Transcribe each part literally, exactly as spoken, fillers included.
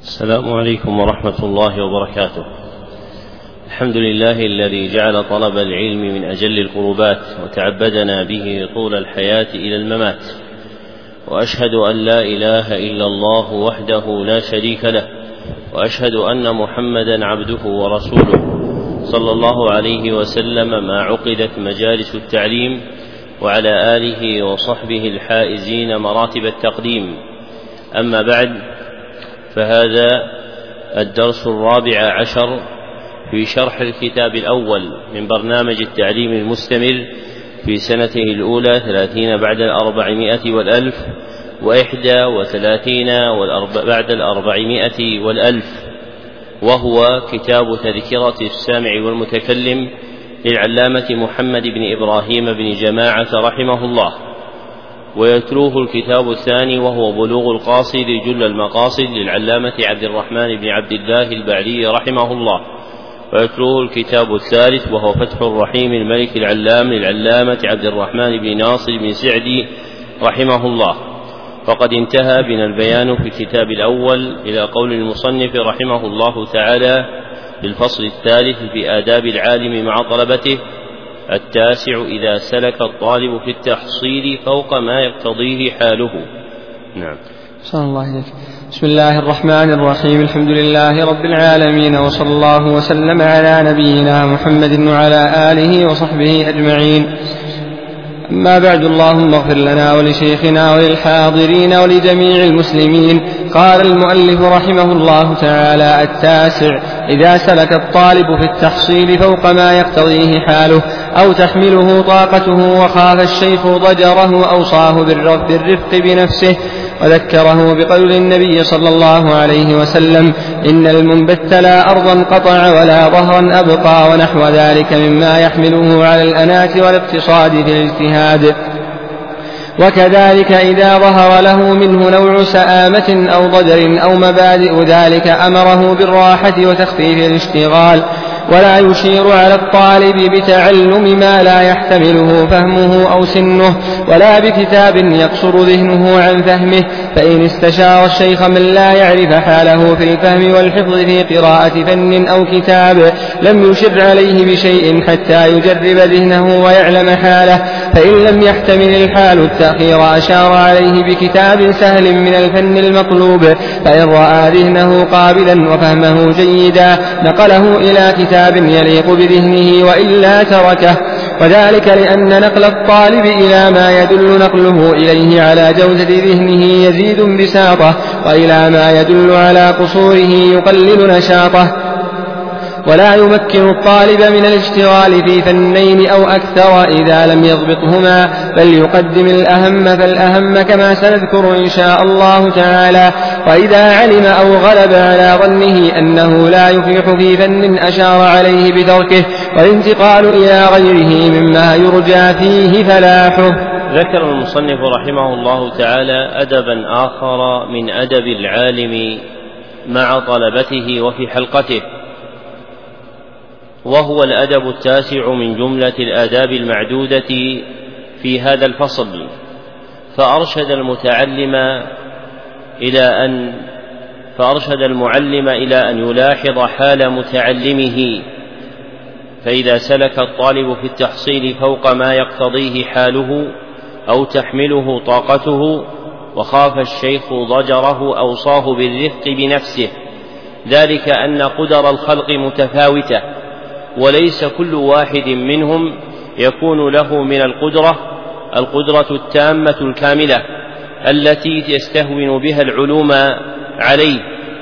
السلام عليكم ورحمة الله وبركاته. الحمد لله الذي جعل طلب العلم من أجل القربات وتعبدنا به طول الحياة إلى الممات، وأشهد أن لا إله إلا الله وحده لا شريك له، وأشهد أن محمدا عبده ورسوله صلى الله عليه وسلم ما عقدت مجالس التعليم، وعلى آله وصحبه الحائزين مراتب التقديم. أما بعد، فهذا الدرس الرابع عشر في شرح الكتاب الأول من برنامج التعليم المستمر في سنته الأولى ثلاثين بعد الأربعمائة والألف وإحدى وثلاثين بعد الأربعمائة والألف، وهو كتاب تذكرة السامع والمتكلم للعلامة محمد بن إبراهيم بن جماعة رحمه الله. ويتلوه الكتاب الثاني وهو بلوغ القاصد جل المقاصد للعلامة عبد الرحمن بن عبد الله البعلي رحمه الله. ويتلوه الكتاب الثالث وهو فتح الرحيم الملك العلام للعلامة عبد الرحمن بن ناصر بن سعدي رحمه الله. فقد انتهى بنا البيان في الكتاب الأول إلى قول المصنف رحمه الله تعالى في الفصل الثالث في آداب العالم مع طلبته: التاسع إذا سلك الطالب في التحصيل فوق ما يقتضيه حاله. نعم. صلى الله عليه وسلم. بسم الله الرحمن الرحيم. الحمد لله رب العالمين، وصلى الله وسلم على نبينا محمد وعلى آله وصحبه أجمعين. أما بعد، اللهم اغفر لنا ولشيخنا وللحاضرين ولجميع المسلمين. قال المؤلف رحمه الله تعالى: التاسع إذا سلك الطالب في التحصيل فوق ما يقتضيه حاله أو تحمله طاقته وخاف الشيخ ضجره أوصاه بالرفق بنفسه، وذكره بقول النبي صلى الله عليه وسلم: إن المنبت لا أرضا قطع ولا ظهرا أبقى، ونحو ذلك مما يحمله على الأنات والاقتصاد في الاجتهاد. وكذلك إذا ظهر له منه نوع سآمة أو ضجر أو مبادئ ذلك أمره بالراحة وتخفيف الاشتغال، ولا يشير على الطالب بتعلم ما لا يحتمله فهمه أو سنه، ولا بكتاب يقصر ذهنه عن فهمه، فإن استشار الشيخ من لا يعرف حاله في الفهم والحفظ في قراءة فن أو كتاب لم يشر عليه بشيء حتى يجرب ذهنه ويعلم حاله، فإن لم يحتمل الحال التأخير أشار عليه بكتاب سهل من الفن المطلوب، فإن رأى ذهنه قابلا وفهمه جيدا نقله إلى كتاب يليق بذهنه، وإلا تركه. وذلك لأن نقل الطالب إلى ما يدل نقله إليه على جودة ذهنه يزيد بساطه، وإلى ما يدل على قصوره يقلل نشاطه، ولا يمكن الطالب من الاشتغال في فنين أو أكثر إذا لم يضبطهما، بل يقدم الأهم فالأهم كما سنذكر إن شاء الله تعالى. وإذا علم أو غلب على ظنه أنه لا يفلح في فن أشار عليه بتركه والانتقال إلى غيره مما يرجى فيه فلاحه. ذكر المصنف رحمه الله تعالى أدبا آخر من أدب العالم مع طلبته وفي حلقته، وهو الأدب التاسع من جملة الآداب المعدودة في هذا الفصل. فأرشد المتعلم إلى أن فأرشد المعلم إلى أن يلاحظ حال متعلمه، فإذا سلك الطالب في التحصيل فوق ما يقتضيه حاله أو تحمله طاقته وخاف الشيخ ضجره أوصاه بالرفق بنفسه، ذلك أن قدر الخلق متفاوتة، وليس كل واحد منهم يكون له من القدرة القدرة التامة الكاملة التي يستهون بها العلوم عليه،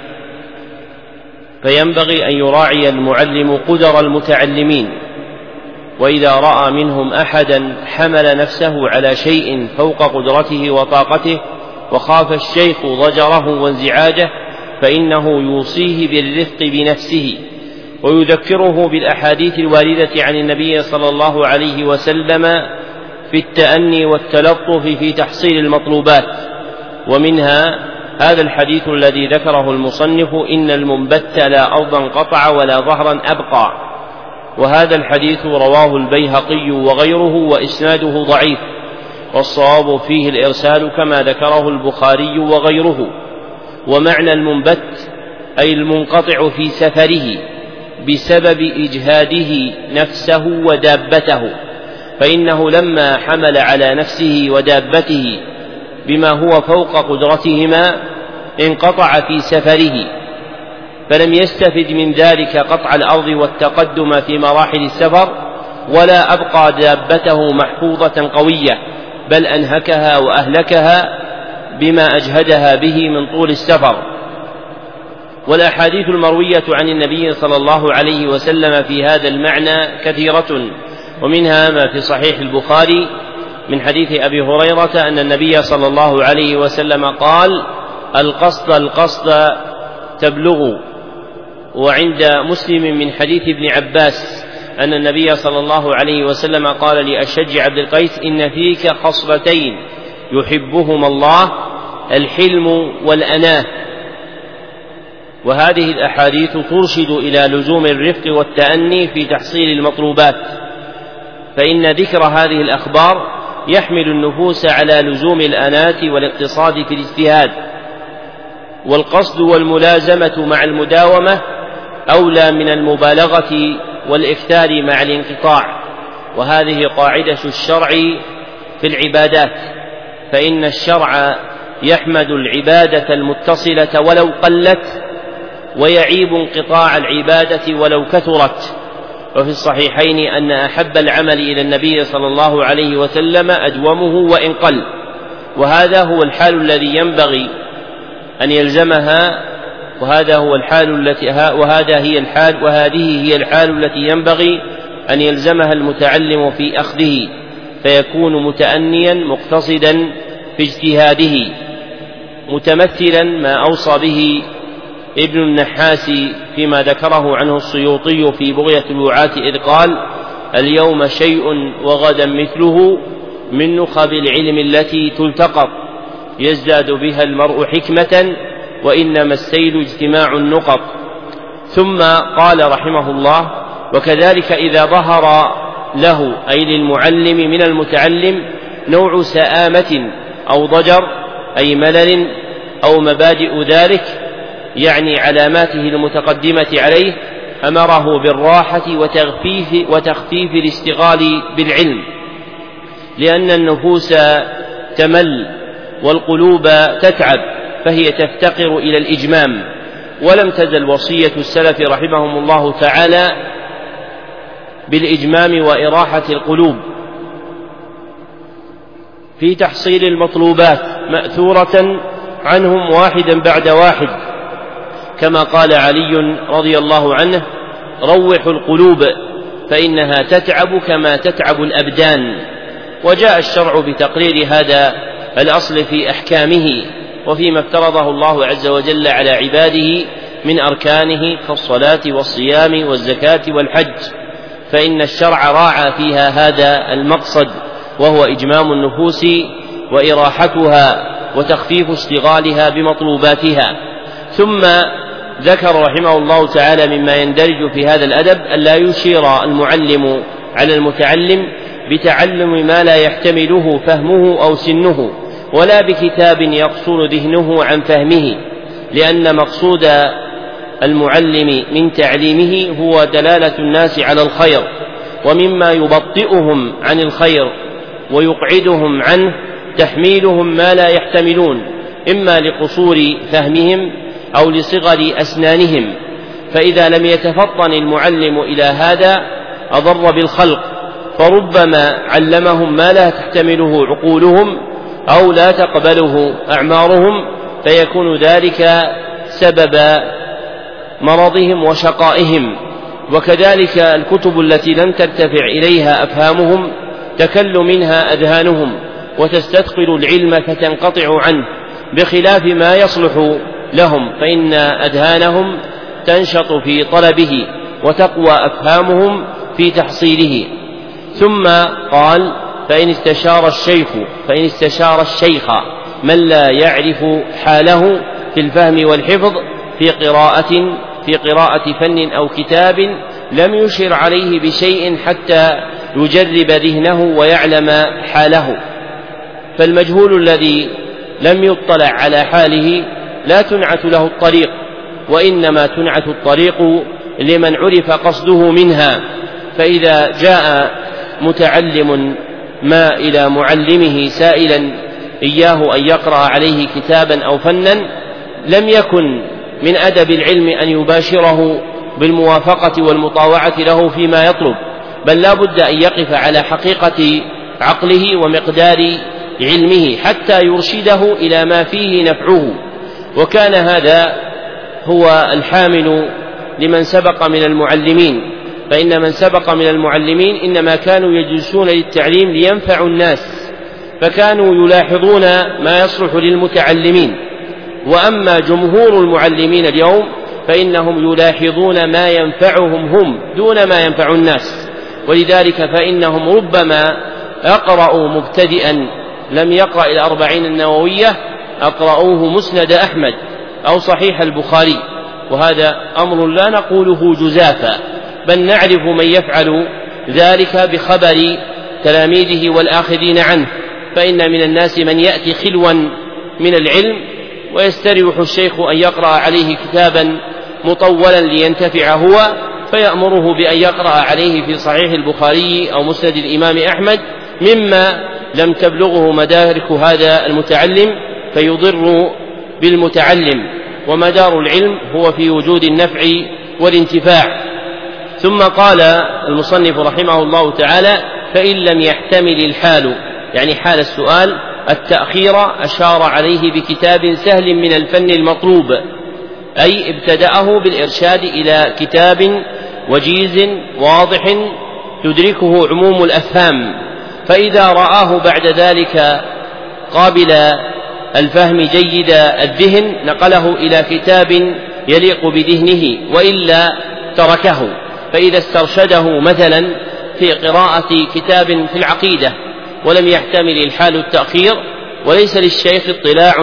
فينبغي أن يراعي المعلم قدر المتعلمين. وإذا رأى منهم أحدا حمل نفسه على شيء فوق قدرته وطاقته وخاف الشيخ ضجره وانزعاجه فإنه يوصيه بالرفق بنفسه، ويذكره بالأحاديث الواردة عن النبي صلى الله عليه وسلم في التأني والتلطف في تحصيل المطلوبات. ومنها هذا الحديث الذي ذكره المصنف: إن المنبت لا أرضا قطع ولا ظهرا أبقى. وهذا الحديث رواه البيهقي وغيره وإسناده ضعيف، والصواب فيه الإرسال كما ذكره البخاري وغيره. ومعنى المنبت أي المنقطع في سفره بسبب إجهاده نفسه ودابته، فإنه لما حمل على نفسه ودابته بما هو فوق قدرتهما انقطع في سفره، فلم يستفد من ذلك قطع الأرض والتقدم في مراحل السفر، ولا أبقى دابته محفوظة قوية، بل أنهكها وأهلكها بما أجهدها به من طول السفر. والأحاديث المروية عن النبي صلى الله عليه وسلم في هذا المعنى كثيرة، ومنها ما في صحيح البخاري من حديث أبي هريرة أن النبي صلى الله عليه وسلم قال: القصد القصد تبلغ. وعند مسلم من حديث ابن عباس أن النبي صلى الله عليه وسلم قال لأشج عبد القيس: إن فيك خصلتين يحبهما الله، الحلم والأناة. وهذه الأحاديث ترشد إلى لزوم الرفق والتأني في تحصيل المطلوبات، فإن ذكر هذه الأخبار يحمل النفوس على لزوم الأناة والاقتصاد في الاجتهاد، والقصد والملازمة مع المداومة أولى من المبالغة والإكثار مع الانقطاع. وهذه قاعدة الشرع في العبادات، فإن الشرع يحمد العبادة المتصلة ولو قلت، ويعيب انقطاع العبادة ولو كثرت. وفي الصحيحين أن أحب العمل إلى النبي صلى الله عليه وسلم أدومه وإن قل، وهذا هو الحال الذي ينبغي أن يلزمها، وهذا هو الحال التي وهذا هي الحال وهذه هي الحال التي ينبغي أن يلزمها المتعلم في أخذه، فيكون متأنيا مقتصدا في اجتهاده، متمثلا ما أوصى به ابن النحاس فيما ذكره عنه السيوطي في بغية الوعاة إذ قال: اليوم شيء وغدا مثله من نخب العلم التي تلتقط، يزداد بها المرء حكمة، وإنما السيل اجتماع النقط. ثم قال رحمه الله: وكذلك إذا ظهر له أي للمعلم من المتعلم نوع سآمة أو ضجر أي ملل أو مبادئ ذلك، يعني علاماته المتقدمة عليه، أمره بالراحة وتخفيف, وتخفيف الاشتغال بالعلم، لأن النفوس تمل والقلوب تتعب، فهي تفتقر إلى الإجمام. ولم تزل وصية السلف رحمهم الله تعالى بالإجمام وإراحة القلوب في تحصيل المطلوبات مأثورة عنهم واحدا بعد واحد، كما قال علي رضي الله عنه: روحوا القلوب فإنها تتعب كما تتعب الأبدان. وجاء الشرع بتقرير هذا الأصل في أحكامه وفيما افترضه الله عز وجل على عباده من أركانه كالصلاة والصيام والزكاة والحج، فإن الشرع راعى فيها هذا المقصد، وهو إجمام النفوس وإراحتها وتخفيف اشتغالها بمطلوباتها. ثم ذكر رحمه الله تعالى مما يندرج في هذا الأدب ألا يشير المعلم على المتعلم بتعلم ما لا يحتمله فهمه أو سنه، ولا بكتاب يقصر ذهنه عن فهمه، لأن مقصود المعلم من تعليمه هو دلالة الناس على الخير، ومما يبطئهم عن الخير ويقعدهم عنه تحميلهم ما لا يحتملون، إما لقصور فهمهم أو لصغر أسنانهم. فإذا لم يتفطن المعلم إلى هذا أضر بالخلق، فربما علمهم ما لا تحتمله عقولهم أو لا تقبله أعمارهم، فيكون ذلك سبب مرضهم وشقائهم. وكذلك الكتب التي لم ترتفع إليها أفهامهم تكل منها أذهانهم وتستثقل العلم فتنقطع عنه، بخلاف ما يصلح لهم، فإن أذهانهم تنشط في طلبه وتقوى أفهامهم في تحصيله. ثم قال: فإن استشار الشيخ فإن استشار الشيخ من لا يعرف حاله في الفهم والحفظ في قراءة في قراءة فن أو كتاب لم يشر عليه بشيء حتى يجرب ذهنه ويعلم حاله. فالمجهول الذي لم يطلع على حاله لا تنعت له الطريق، وإنما تنعت الطريق لمن عرف قصده منها. فإذا جاء متعلم ما إلى معلمه سائلا إياه أن يقرأ عليه كتابا أو فنا، لم يكن من أدب العلم أن يباشره بالموافقة والمطاوعة له فيما يطلب، بل لا بد أن يقف على حقيقة عقله ومقدار علمه حتى يرشده إلى ما فيه نفعه. وكان هذا هو الحامل لمن سبق من المعلمين، فإن من سبق من المعلمين إنما كانوا يجلسون للتعليم لينفعوا الناس، فكانوا يلاحظون ما يصلح للمتعلمين. وأما جمهور المعلمين اليوم فإنهم يلاحظون ما ينفعهم هم دون ما ينفع الناس، ولذلك فإنهم ربما أقرأوا مبتدئا لم يقرأ الأربعين النووية أقرأوه مسند أحمد أو صحيح البخاري، وهذا أمر لا نقوله جزافا، بل نعرف من يفعل ذلك بخبر تلاميذه والآخذين عنه. فإن من الناس من يأتي خلوا من العلم ويستريح الشيخ أن يقرأ عليه كتابا مطولا لينتفع هو، فيأمره بأن يقرأ عليه في صحيح البخاري أو مسند الإمام أحمد مما لم تبلغه مدارك هذا المتعلم، فيضر بالمتعلم. ومدار العلم هو في وجود النفع والانتفاع. ثم قال المصنف رحمه الله تعالى: فإن لم يحتمل الحال، يعني حال السؤال، التأخير، أشار عليه بكتاب سهل من الفن المطلوب، أي ابتدأه بالإرشاد إلى كتاب وجيز واضح تدركه عموم الأفهام، فإذا رآه بعد ذلك قابل الفهم جيد الذهن نقله إلى كتاب يليق بذهنه، وإلا تركه. فإذا استرشده مثلا في قراءة كتاب في العقيدة ولم يحتمل الحال التأخير، وليس للشيخ اطلاع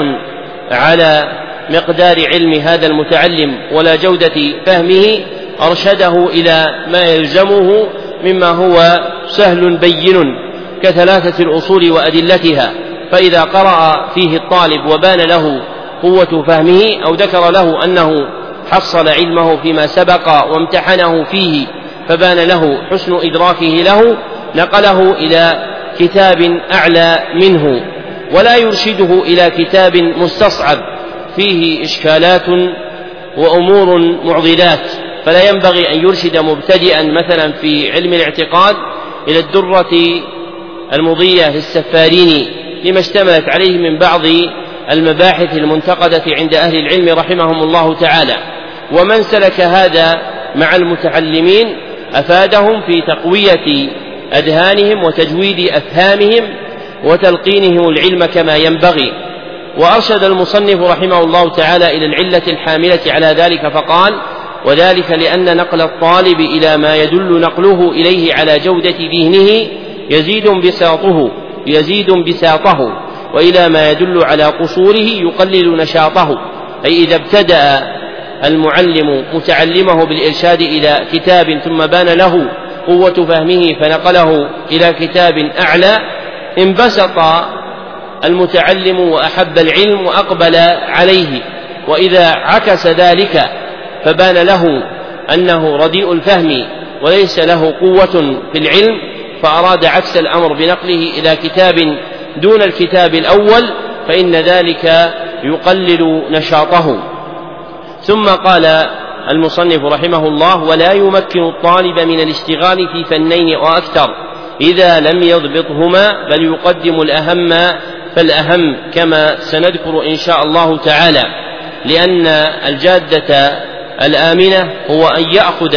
على مقدار علم هذا المتعلم ولا جودة فهمه، أرشده إلى ما يلزمه مما هو سهل بين كثلاثة الأصول وأدلتها. فإذا قرأ فيه الطالب وبان له قوة فهمه، أو ذكر له أنه حصل علمه فيما سبق وامتحنه فيه فبان له حسن إدراكه له، نقله إلى كتاب أعلى منه، ولا يرشده إلى كتاب مستصعب فيه إشكالات وأمور معضلات. فلا ينبغي أن يرشد مبتدئا مثلا في علم الاعتقاد إلى الدرة المضية للسفاريني لما اشتملت عليه من بعض المباحث المنتقدة عند أهل العلم رحمهم الله تعالى. ومن سلك هذا مع المتعلمين أفادهم في تقوية أذهانهم وتجويد أفهامهم وتلقينهم العلم كما ينبغي. وأرشد المصنف رحمه الله تعالى إلى العلة الحاملة على ذلك فقال: وذلك لأن نقل الطالب إلى ما يدل نقله إليه على جودة ذهنه يزيد بساطه يزيد بساطه وإلى ما يدل على قصوره يقلل نشاطه. أي إذا ابتدأ المعلم متعلمه بالإرشاد إلى كتاب ثم بان له قوة فهمه فنقله إلى كتاب أعلى، انبسط المتعلم وأحب العلم وأقبل عليه. وإذا عكس ذلك فبان له أنه رديء الفهم وليس له قوة في العلم، فأراد عكس الأمر بنقله إلى كتاب دون الكتاب الأول، فإن ذلك يقلل نشاطه. ثم قال المصنف رحمه الله: ولا يمكن الطالب من الاشتغال في فنين وأكثر إذا لم يضبطهما، بل يقدم الأهم فالأهم، كما سنذكر إن شاء الله تعالى. لأن الجادة الآمنة هو أن يأخذ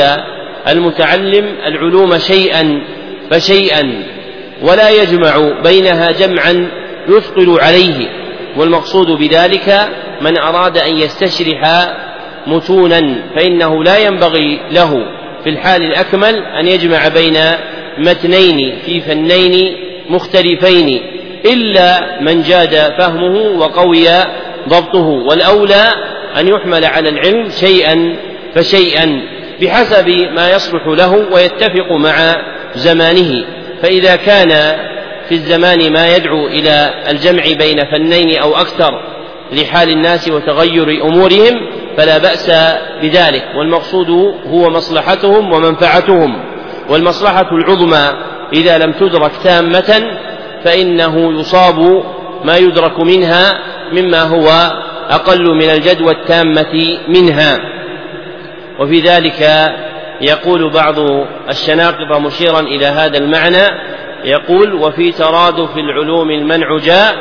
المتعلم العلوم شيئا فشيئا، ولا يجمع بينها جمعا يثقل عليه. والمقصود بذلك من أراد أن يستشرح متونا فإنه لا ينبغي له في الحال الأكمل أن يجمع بين متنين في فنين مختلفين، إلا من جاد فهمه وقوي ضبطه. والأولى أن يحمل على العلم شيئا فشيئا بحسب ما يصلح له ويتفق مع زمانه. فإذا كان في الزمان ما يدعو إلى الجمع بين فنين أو أكثر لحال الناس وتغير أمورهم، فلا بأس بذلك، والمقصود هو مصلحتهم ومنفعتهم. والمصلحة العظمى إذا لم تدرك تامة فإنه يصاب ما يدرك منها مما هو أقل من الجدوى التامة منها. وفي ذلك يقول بعض الشناقطة مشيرا إلى هذا المعنى، يقول: وفي ترادف العلوم المنع جاء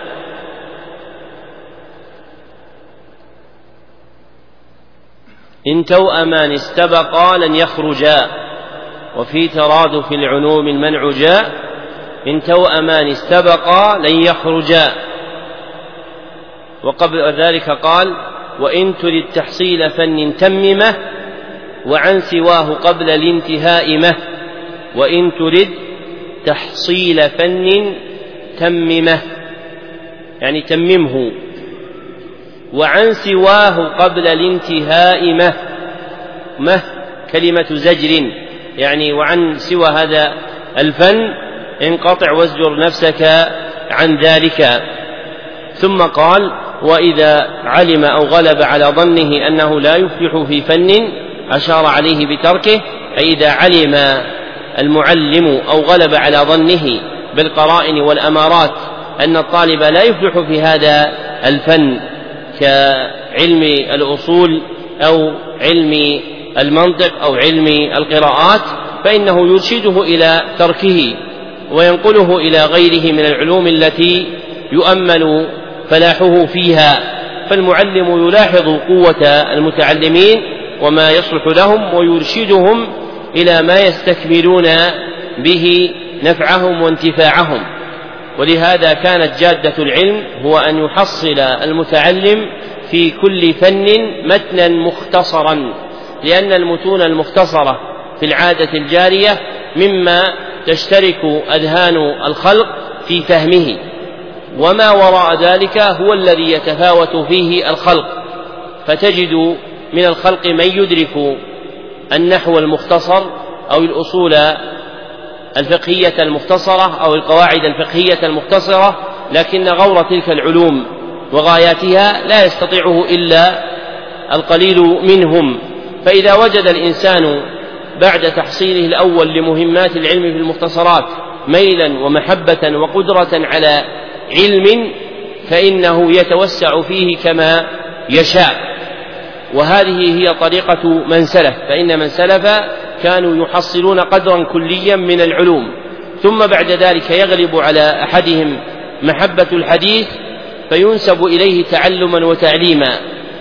إن توأمان استبقا لن يخرجا. وفي ترادف العلوم المنع جاء إن توأمان استبقا لن يخرجا. وقبل ذلك قال: وإن ترد تحصيل فن تممه وعن سواه قبل الانتهاء مه. وإن ترد تحصيل فن تممه يعني تممه، وعن سواه قبل الانتهاء مه. مه كلمة زجر، يعني وعن سوى هذا الفن انقطع وازجر نفسك عن ذلك. ثم قال: وإذا علم أو غلب على ظنه أنه لا يفلح في فن أشار عليه بتركه، أي إذا علم المعلم أو غلب على ظنه بالقرائن والأمارات أن الطالب لا يفلح في هذا الفن كعلم الأصول أو علم المنطق أو علم القراءات، فإنه يرشده إلى تركه وينقله إلى غيره من العلوم التي يؤمل فلاحه فيها. فالمعلم يلاحظ قوة المتعلمين وما يصلح لهم ويرشدهم إلى ما يستكملون به نفعهم وانتفاعهم. ولهذا كانت جادة العلم هو أن يحصل المتعلم في كل فن متنا مختصرا، لأن المتون المختصرة في العادة الجارية مما تشترك أذهان الخلق في فهمه، وما وراء ذلك هو الذي يتفاوت فيه الخلق. فتجد من الخلق من يدرك النحو المختصر أو الأصول الفقهية المختصرة أو القواعد الفقهية المختصرة، لكن غور تلك العلوم وغاياتها لا يستطيعه إلا القليل منهم. فإذا وجد الإنسان بعد تحصيله الأول لمهمات العلم في المختصرات ميلا ومحبة وقدرة على علم فإنه يتوسع فيه كما يشاء. وهذه هي طريقة من سلف، فإن من سلف كانوا يحصلون قدرا كليا من العلوم، ثم بعد ذلك يغلب على أحدهم محبة الحديث فينسب إليه تعلما وتعليما،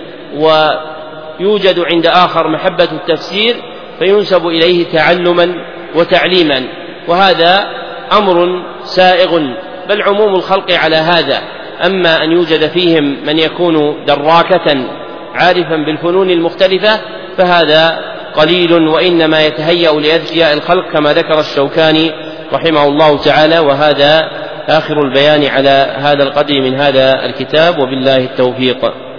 ويوجد عند آخر محبة التفسير فينسب إليه تعلما وتعليما. وهذا أمر سائغ، بل عموم الخلق على هذا. أما أن يوجد فيهم من يكون دراكة عارفا بالفنون المختلفة فهذا قليل، وإنما يتهيأ لأذكياء الخلق كما ذكر الشوكاني رحمه الله تعالى. وهذا آخر البيان على هذا القدر من هذا الكتاب، وبالله التوفيق.